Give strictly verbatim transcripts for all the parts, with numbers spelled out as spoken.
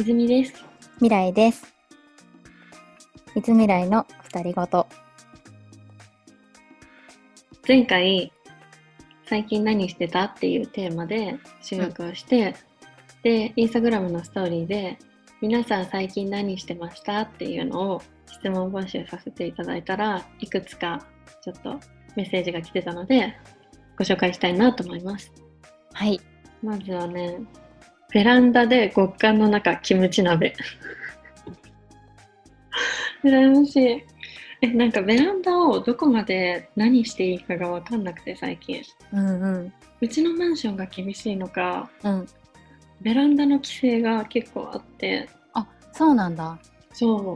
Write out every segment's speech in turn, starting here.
泉です。 未来です。いつ未来の二人ごと。 前回最近何してたっていうテーマで収録をして、うん、でインスタグラムのストーリーで皆さん最近何してましたっていうのを質問募集させていただいたら、いくつかちょっとメッセージが来てたのでご紹介したいなと思います。 はい。 まずはね、ベランダで極寒の中キムチ鍋羨ましい。え、なんかベランダをどこまで何していいかが分かんなくて最近。 うんうん。 うちのマンションが厳しいのか、 うん。 ベランダの規制が結構あって。 あ、そうなんだ。 そう。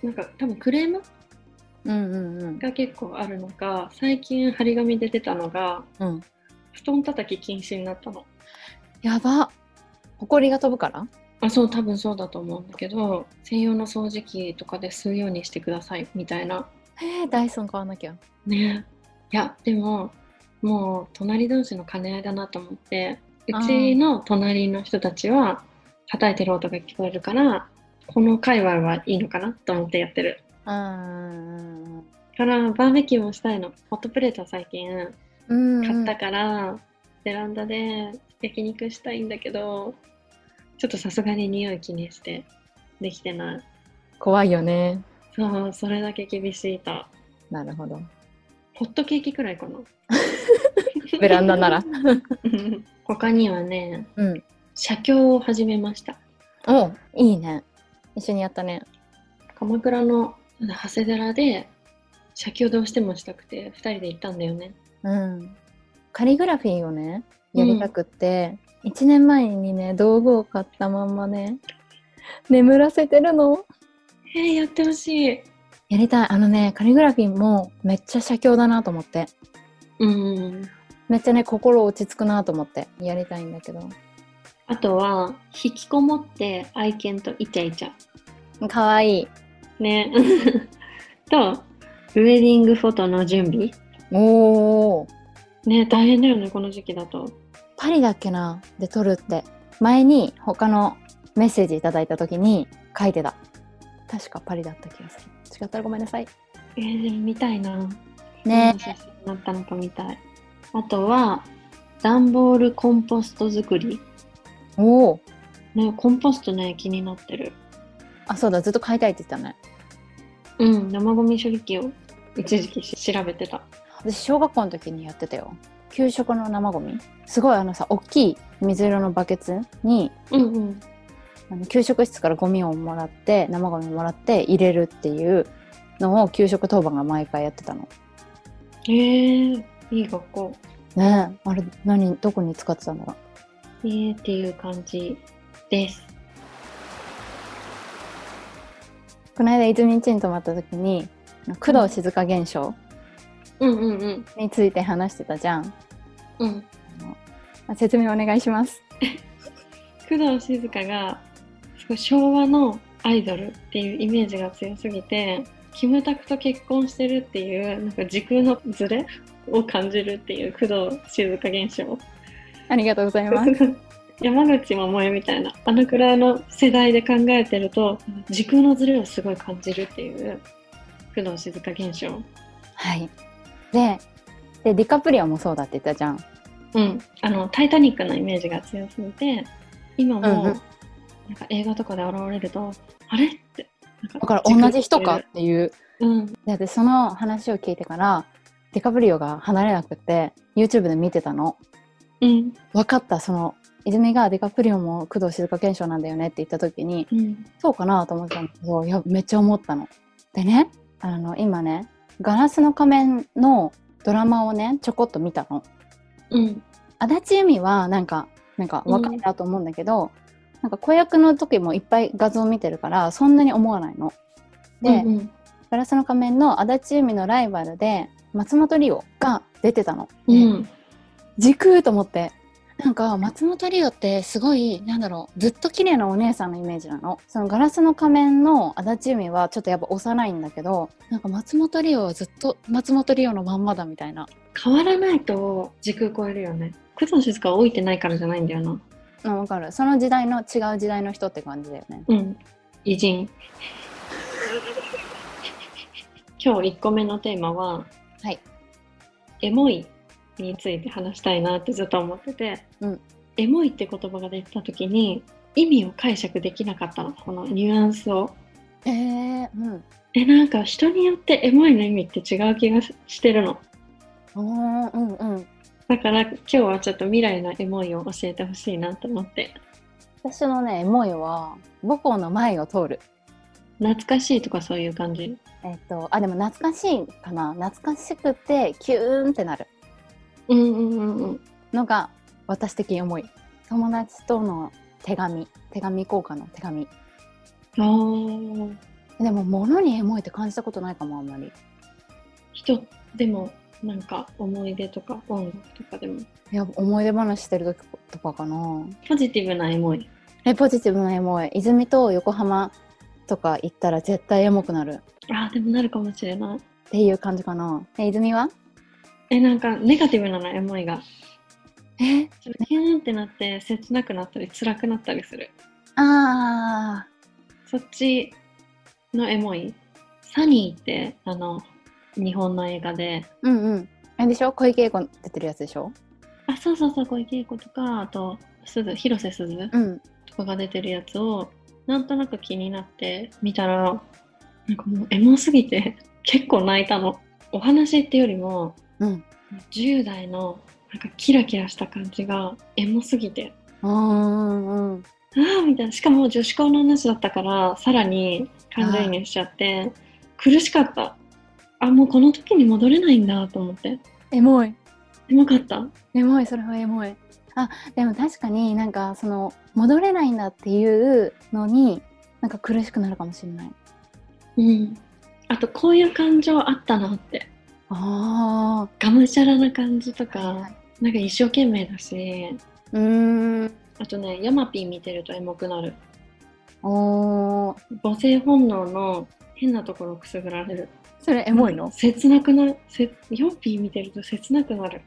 なんか多分クレームうんうんうん。 が結構あるのか、最近張り紙で出たのが、 うん。 布団叩き禁止になったの。 やば。ほこりが飛ぶから？ あ、そう、多分そうだと思うんだけど、専用の掃除機とかで吸うようにしてくださいみたいな。 へえ、ダイソン買わなきゃ。 ね。いや、でももう隣同士の兼ね合いだなと思って、うちの隣の人たちは叩いてる音が聞こえるから、この界隈はいいのかなと思ってやってる。 うん。 からバーベキューもしたいの。ホットプレートは最近買ったから、 うん、 ベランダで焼肉したいんだけど、ちょっとさすがに匂い気にしてできてない。 怖いよね。 そう、それだけ厳しいと。 なるほど。 ホットケーキくらいかな。 ベランダなら。 他にはね、 うん、 写経を始めました。 お、いいね。一緒にやったね。 鎌倉の長谷寺で写経どうしてもしたくてふたりで行ったんだよね。 うん。カリグラフィーをね、やりたくって、うん、いちねんまえにね、道具を買ったまんまね、眠らせてるの。 えー、やってほしい。 やりたい。あのね、カリグラフィーもめっちゃ写経だなと思って。 うん。 めっちゃね、心落ち着くなと思ってやりたいんだけど。 あとは、引きこもって愛犬とイチャイチャ。 かわいい。 ね。と、ウェディングフォトの準備。 おー。 ね、大変だよね、この時期だと。 パリだっけなで撮るって。前に他のメッセージいただいた時に書いてた。確かパリだった気がする。違ったらごめんなさい。 えー、でも見たいな。 ね。 どんな写真になったのか見たい。あとは、段ボールコンポスト作り。 おお。 ね、コンポストね、気になってる。 あ、そうだ、ずっと買いたいって言ってたね。 うん、生ゴミ処理機を一時期調べてた。 私、小学校の時にやってたよ。給食の生ゴミ。すごいあのさ、大きい水色のバケツに、 うんうん、 あの給食室からゴミをもらって、生ゴミもらって入れるっていうのを給食当番が毎回やってたの。 へー、いい学校。 ねえ、あれ、何、どこに使ってたんだろう。 えーっていう感じです。 この間、泉ん家に泊まった時に、工藤静香現象、 うん、うんうんうんについて話してたじゃん。 うん。 あの説明お願いします。 工藤静香がすごい昭和のアイドルっていうイメージが強すぎて、キムタクと結婚してるっていうなんか時空のズレを感じるっていう工藤静香現象。 ありがとうございます。 山口百恵みたいなあのくらいの世代で考えてると時空のズレをすごい感じるっていう工藤静香現象。 はい。で、でディカプリオもそうだって言ったじゃん。 うん。あのタイタニックのイメージが強すぎて、今も、うんうん、なんか映画とかで現れるとあれってだから同じ人かっていう。 うん。 でその話を聞いてからディカプリオが離れなくて YouTube で見てたの。 うん。 分かった。その泉がディカプリオも工藤静香現象なんだよねって言った時に、うん、そうかなと思ったんだけど、いやめっちゃ思ったの。でね、あの今ねガラスの仮面のドラマをねちょこっと見たの。 うん。 足立由美はなんかなんか若いなと思うんだけど、うん、なんか子役の時もいっぱい画像見てるからそんなに思わないの。で、うんうん、ガラスの仮面の足立由美のライバルで松本莉緒が出てたの。 うん、 時空と思って。なんか松本莉緒ってすごいなんだろうずっと綺麗なお姉さんのイメージなの。そのガラスの仮面の足立由美はちょっとやっぱ幼いんだけど、なんか松本莉緒はずっと松本莉緒のまんまだみたいな。 変わらないと時空超えるよね。工藤静香は老いてないからじゃないんだよな。 あ、わかる。その時代の違う時代の人って感じだよね。 うん。偉人。今日いっこめのテーマは、 はい。 エモいについて話したいなってずっと思ってて、 うん、 エモいって言葉が出た時に意味を解釈できなかったの、このニュアンスを。 えー、うん。 え、なんか人によってエモいの意味って違う気がしてるの。 うんうんうん。 だから今日はちょっと未来のエモいを教えてほしいなと思って。 私のね、エモいは母校の前を通る。 懐かしいとかそういう感じ？ えっと、あ、でも懐かしいかな。懐かしくてキューンってなるうんうんうんうん。 のが私的エモい。友達との手紙、手紙交換の手紙。 あー。 でも物にエモいって感じたことないかも、あんまり。 人でもなんか思い出とか音楽とかでも。 いや、思い出話してる時とかかな。 ポジティブなエモい。 え、ポジティブなエモい。泉と横浜とか行ったら絶対エモくなるあー、でもなるかもしれない。 っていう感じかな。え、泉は？ え、なんかネガティブなの、エモいが。 え、 ちょっとヒューンってなって切なくなったり辛くなったりする。 あそっちのエモい。サニーってあの日本の映画で、 ー、うんうん。あれでしょ、小池栄子出てるやつでしょ？ あ、そうそうそう、小池栄子とか、あとすず広瀬すずうん。 とかが出てるやつをなんとなく気になって見たら、なんかもうエモすぎて結構泣いたの。お話ってよりも、 うん。 じゅう代のなんかキラキラした感じがエモすぎて、 あー、うん。 ああみたいな。しかも女子校の話だったからさらに感情移入しちゃって苦しかった。あ、もうこの時に戻れないんだと思って。 エモい。 エモかった。 エモい、それはエモい。あ、でも確かになんかその戻れないんだっていうのになんか苦しくなるかもしれない。 うん。あとこういう感情あったなって。 あがむしゃらな感じとか、 はいはい、 なんか一生懸命だし。 うーん。 あとね、ヤマピー見てるとエモくなる。 おー、 母性本能の変なところくすぐられる。 それエモいの？ 切なくなる。せヤマピー見てると切なくなる。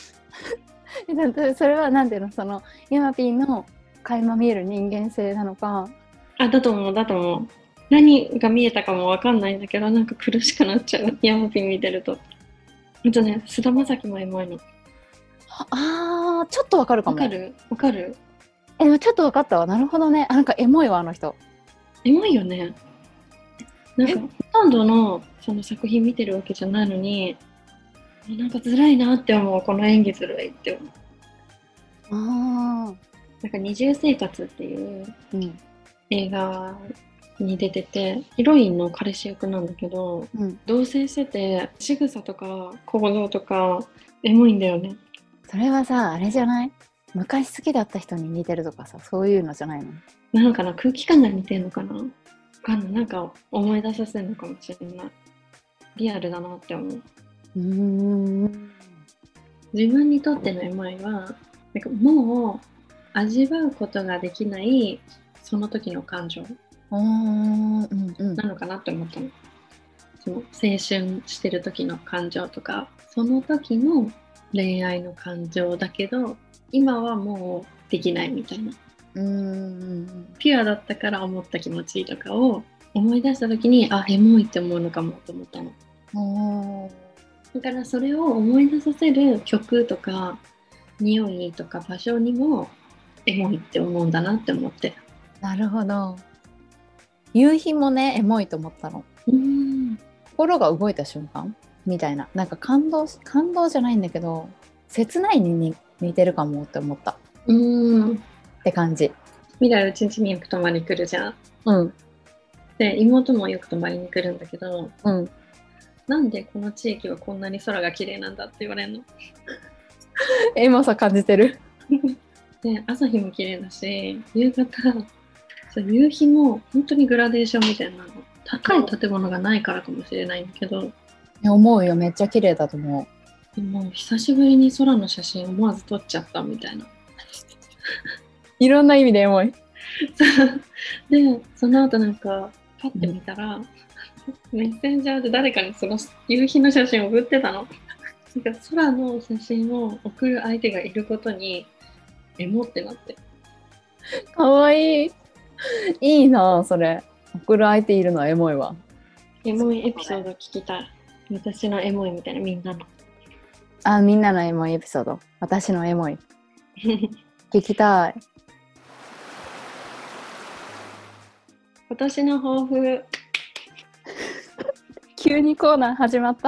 それはなんていうの、そのヤマピーの垣間見える人間性なのか。 あ、だと思う、だと思う。何が見えたかもわかんないんだけど、なんか苦しくなっちゃう。ヤマピー見てると。あとね、菅田将暉もエモいの。 あー、ちょっとわかるかも。 わかるわかる。 え、でもちょっとわかったわ。なるほどね。あ、なんかエモいわ、あの人。 エモいよね。なんか、ほとんどのその作品見てるわけじゃないのに、なんか辛いなって思う、この演技ずるいって思う。 あなんか二重生活っていうー、うん、 映画に出てて、ヒロインの彼氏役なんだけど、 うん。 同棲してて仕草とか行動とかエモいんだよね。 それはさ、あれじゃない？昔好きだった人に似てるとかさ、そういうのじゃないの？ なのかな、空気感が似てんのかな、わかんない。なんか思い出させるのかもしれない。リアルだなって思う。 うーん。 自分にとってのエモいは、なんかもう味わうことができないその時の感情あー、うんうん。 なのかなって思ったの。その青春してる時の感情とか、その時の恋愛の感情だけど、今はもうできないみたいな。 うーん。 ピュアだったから思った気持ちとかを思い出した時に、あ、エモいって思うのかもと思ったの。 おー。 だからそれを思い出させる曲とか匂いとか場所にもエモいって思うんだなって思って。 なるほど。夕日もね、エモいと思ったの。 うーん。 心が動いた瞬間みたいな。なんか感動、感動じゃないんだけど、切ないに似てるかもって思ったうーん。 って感じ。 未来うちんちによく泊まりに来るじゃん。 うん。 で、妹もよく泊まりに来るんだけど、 うん。 なんでこの地域はこんなに空が綺麗なんだって言われるの。 エモさ感じてる。 で、朝日も綺麗だし、夕方、そう夕日も本当にグラデーションみたいなの。高い建物がないからかもしれないんだけど、 思うよ、めっちゃ綺麗だと思でも久しぶりに空の写真思わず撮っちゃったみたいな。 う。いろんな意味でエモい。 で、その後なんかパッて見たら、メッセンジャーで誰かにその夕日の写真を送ってたの。なんか空の写真を送る相手がいることにエモってなって。 かわいい。いいなそれ。送る相手いるのエモいわ。 エモいエピソード聞きたい。私のエモいみたいな、みんなの。 あ、みんなのエモいエピソード。私のエモい。聞きたい。 今年の抱負。 急にコーナー始まった。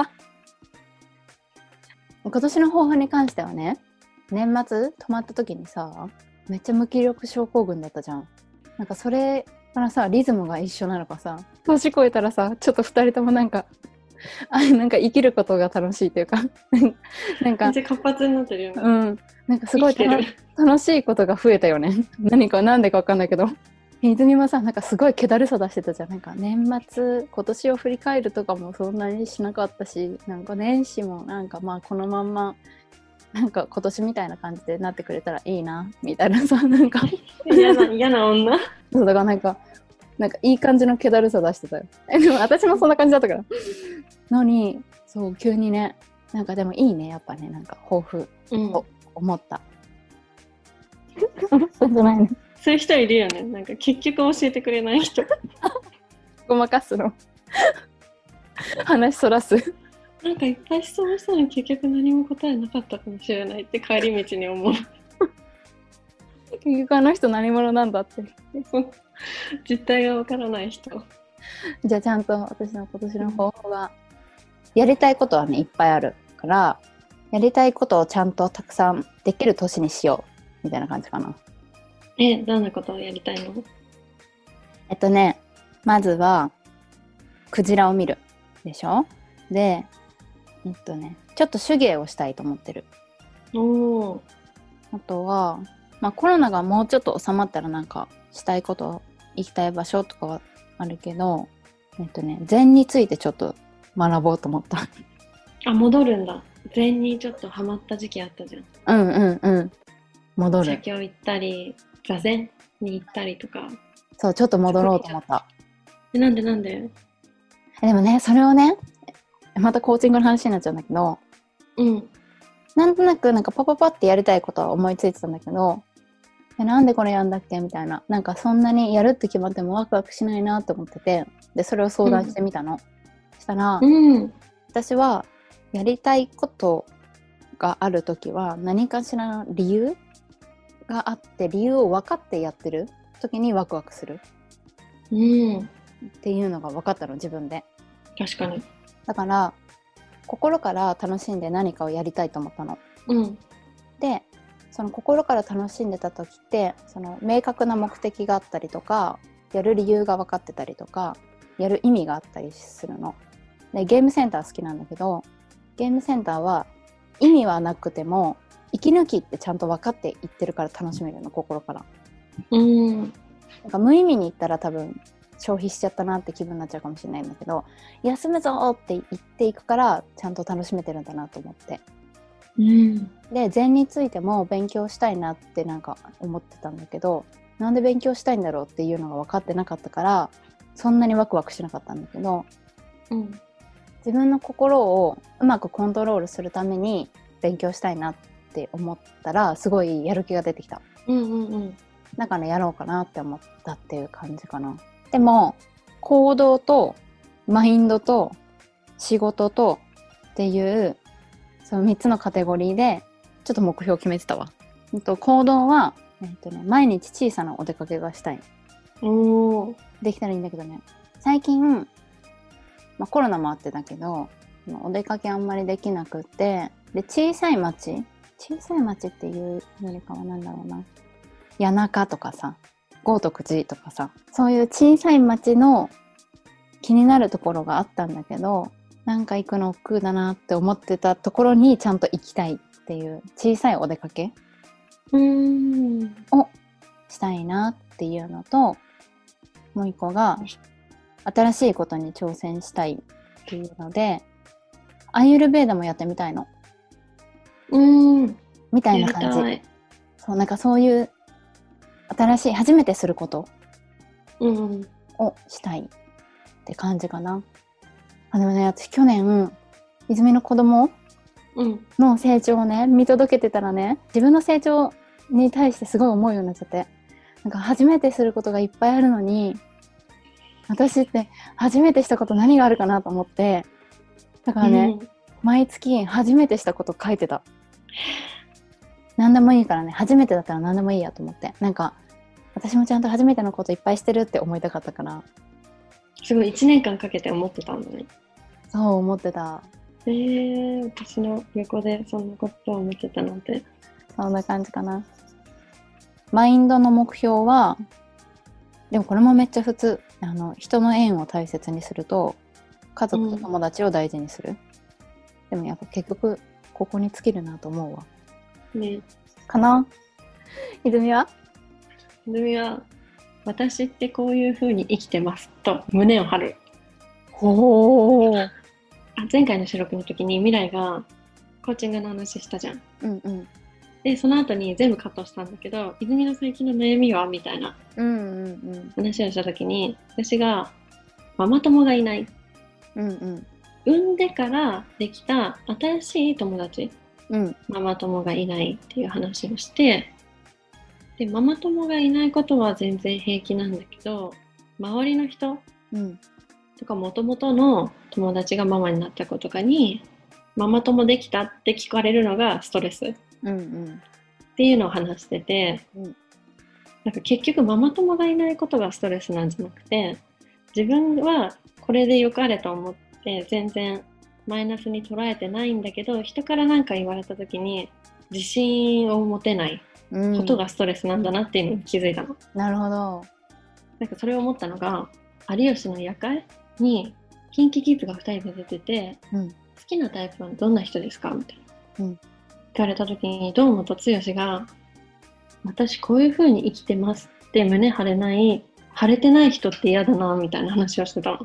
今年の抱負に関してはね、年末泊まった時にさ、めっちゃ無気力症候群だったじゃん。なんかそれからさ、リズムが一緒なのかさ、年越えたらさ、ちょっと二人ともなんかあ、なんか生きることが楽しいというかなんかめっちゃ活発になってるよね。 うん、なんかすごい楽しいことが増えたよね何かなんでかわかんないけど、泉もさ、なんかすごい気だるさ出してたじゃん。なんか年末今年を振り返るとかもそんなにしなかったし、なんか年始もなんかまあこのまんまなんか今年みたいな感じでなってくれたらいいなみたいなさ、なんか嫌な嫌な女。 そうだからなんかなんかいい感じの気だるさ出してたよ。えでも私もそんな感じだったからのに、そう急にね、なんかでもいいね、やっぱね、なんか抱負と思った、うん、そうじゃないね、 そういう人いるよね。なんか結局教えてくれない人ごまかすの話そらす。 なんかいっぱい質問したのに結局何も答えなかったかもしれないって帰り道に思う結局あの人何者なんだって実態がわからない人。 じゃあちゃんと私の今年の抱負は、やりたいことはねいっぱいあるから、やりたいことをちゃんとたくさんできる年にしようみたいな感じかな。 え、どんなことをやりたいの？ えっとね、まずはクジラを見るでしょ。で、えっとね、ちょっと手芸をしたいと思ってる。 おー。 あとは、まあコロナがもうちょっと収まったらなんかしたいこと、行きたい場所とかはあるけど、えっとね、禅についてちょっと学ぼうと思ったあ、戻るんだ。禅にちょっとハマった時期あったじゃん。 うんうんうん。戻る。 写経行ったり、座禅に行ったりとか。 そう、ちょっと戻ろうと思った。 え、なんでなんで？ えでもね、それをね、またコーチングの話になっちゃうんだけど、 うん。 なんとなくなんかパパパってやりたいことは思いついてたんだけど、えなんでこれやんだっけみたいな、なんかそんなにやるって決まってもワクワクしないなと思ってて、でそれを相談してみたの、うん、したら、 うん、 私はやりたいことがあるときは何かしらの理由があって、理由を分かってやってる時にワクワクする、 うん、 っていうのが分かったの、自分で。 確かに。 だから心から楽しんで何かをやりたいと思ったの、 うん、 でその心から楽しんでた時って、その明確な目的があったりとか、やる理由が分かってたりとか、やる意味があったりするので、ゲームセンター好きなんだけど、ゲームセンターは意味はなくても息抜きってちゃんと分かっていってるから楽しめるの、心から。 うん、 なんか無意味に行ったら多分消費しちゃったなって気分になっちゃうかもしれないんだけど、休むぞって言っていくからちゃんと楽しめてるんだなと思って、 うん、 で禅についても勉強したいなってなんか思ってたんだけど、なんで勉強したいんだろうっていうのが分かってなかったからそんなにワクワクしなかったんだけど、 うん、 自分の心をうまくコントロールするために勉強したいなって思ったらすごいやる気が出てきた。 うんうんうん。 だからやろうかなって思ったっていう感じかな。でも行動とマインドと仕事とっていうそのみっつのカテゴリーでちょっと目標を決めてたわ。行動は、えっとね、毎日小さなお出かけがしたい。 おー。 できたらいいんだけどね、最近、まあ、コロナもあってだけどお出かけあんまりできなくて、で小さい町小さい町っていうよりかはなんだろうな、谷中とかさ、豪徳寺とかさ、そういう小さい町の気になるところがあったんだけど、なんか行くの億劫だなって思ってたところにちゃんと行きたいっていう小さいお出かけうーんをしたいなっていうのと、もう一個が新しいことに挑戦したいっていうので、アーユルヴェーダもやってみたいの。 うーんみたいな感じ。そう、なんかそういう新しい初めてすることをしたいって感じかな。あでもね、私去年泉の子供の成長をね見届けてたらね、自分の成長に対してすごい思うようになっちゃって、 なんか初めてすることがいっぱいあるのに、私って初めてしたこと何があるかなと思って、だからね、うん、毎月初めてしたこと書いてた。何でもいいからね、初めてだったら何でもいいやと思って、なんか私もちゃんと初めてのこといっぱいしてるって思いたかったから。 すごいいちねんかんかけて思ってたんだね。 そう思ってた。 えー、私の横でそんなことを思ってたなんて。 そんな感じかな。マインドの目標は、でもこれもめっちゃ普通。あの人の縁を大切にすると、家族と友達を大事にする。うん、でもやっぱ結局ここに尽きるなと思うわ。 ね。かな。泉は？ 泉は私ってこういう風に生きてますと胸を張る。 ほー。 あ、前回の収録の時に未来がコーチングの話したじゃん。 うんうん。 でその後に全部カットしたんだけど、泉の最近の悩みはみたいな話をした時に、私がママ友がいない、 うんうん、 産んでからできた新しい友達、 うん、 ママ友がいないっていう話をして、でママ友がいないことは全然平気なんだけど、周りの人、うん、とか元々の友達がママになった子とかにママ友できたって聞かれるのがストレス、うんうん、っていうのを話してて、うん、なんか結局ママ友がいないことがストレスなんじゃなくて、自分はこれでよかれと思って全然マイナスに捉えてないんだけど、人から何か言われた時に自信を持てないことがストレスなんだなっていうのに気づいたの、うん、 なるほど。 なんかそれを思ったのが、有吉の夜会にキンキキッズがふたりで出てて、うん、好きなタイプはどんな人ですかみたいな、うん、聞かれた時に堂本剛が私こういう風に生きてますって胸張れない腫れてない人って嫌だなみたいな話をしてたの。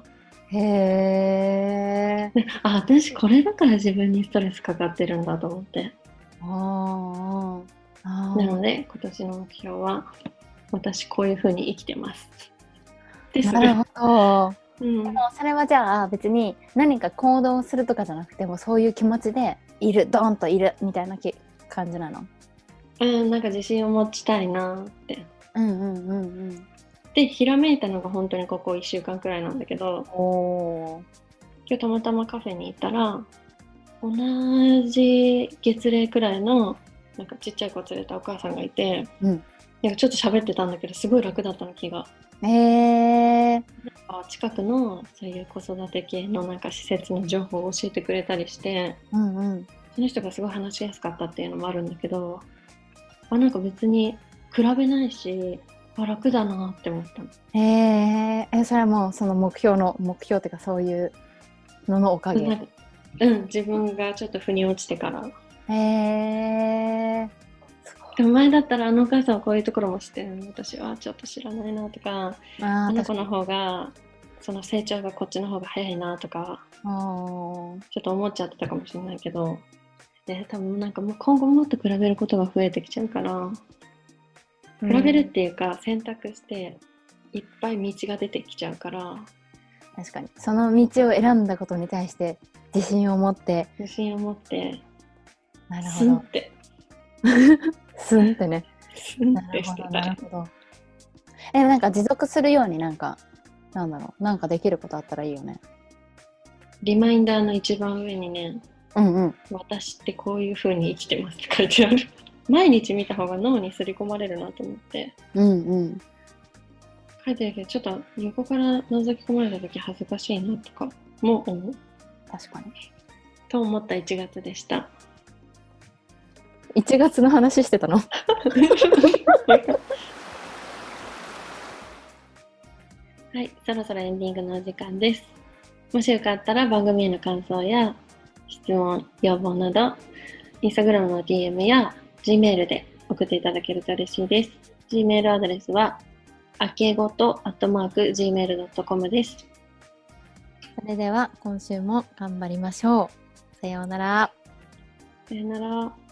へー。 あ、私これだから自分にストレスかかってるんだと思って。 ああ。なので今年の目標は私こういう風に生きてますです。 なるほど。うん、でもそれはじゃあ別に何か行動するとかじゃなくても、そういう気持ちでいる、ドーンといるみたいな感じなの？ うん、なんか自信を持ちたいなって。 うんうんうんうん。 でひらめいたのが本当にここいっしゅうかんくらいなんだけど、お今日たまたまカフェに行ったら同じ月齢くらいのなんかちっちゃい子連れたお母さんがいて、うん、なんかちょっと喋ってたんだけどすごい楽だったの、気が。 へー。 なんか近くのそういう子育て系のなんか施設の情報を教えてくれたりして、うんうん、その人がすごい話しやすかったっていうのもあるんだけど、あ、なんか別に比べないし、あ、楽だなって思ったの。 へー。え、それはもうその目標の目標っていうかそういうののおかげ？ うん、自分がちょっと腑に落ちてから。 へー。 でも前だったらあのお母さんはこういうところも知ってるのに私はちょっと知らないなとか、あの子の方がその成長がこっちの方が早いなとかちょっと思っちゃってたかもしれないけど、ね、多分なんかもう今後もっと比べることが増えてきちゃうから、比べるっていうか選択していっぱい道が出てきちゃうから、 確かにその道を選んだことに対して自信を持って自信を持ってなるほどってスンってね。 スンってしてたい。 なるほど。え、なんか持続するようになんかなんだろう、なんかできることあったらいいよね。 リマインダーの一番上にね、 うんうん、 私ってこういう風に生きてますって書いてある。毎日見た方が脳に刷り込まれるなと思って。 うんうん。 書いてるけどちょっと横から覗き込まれた時恥ずかしいなとかも思う。 確かに。 と思ったいちがつでした。 いちがつの話してたの？ はい、そろそろエンディングのお時間です。もしよかったら番組への感想や質問、要望など、インスタグラムの ディーエム や Gmail で送っていただけると嬉しいです。Gmail アドレスはあけごと アットマーク ジーメールドットコム です。 それでは今週も頑張りましょう。さようなら。 さようなら。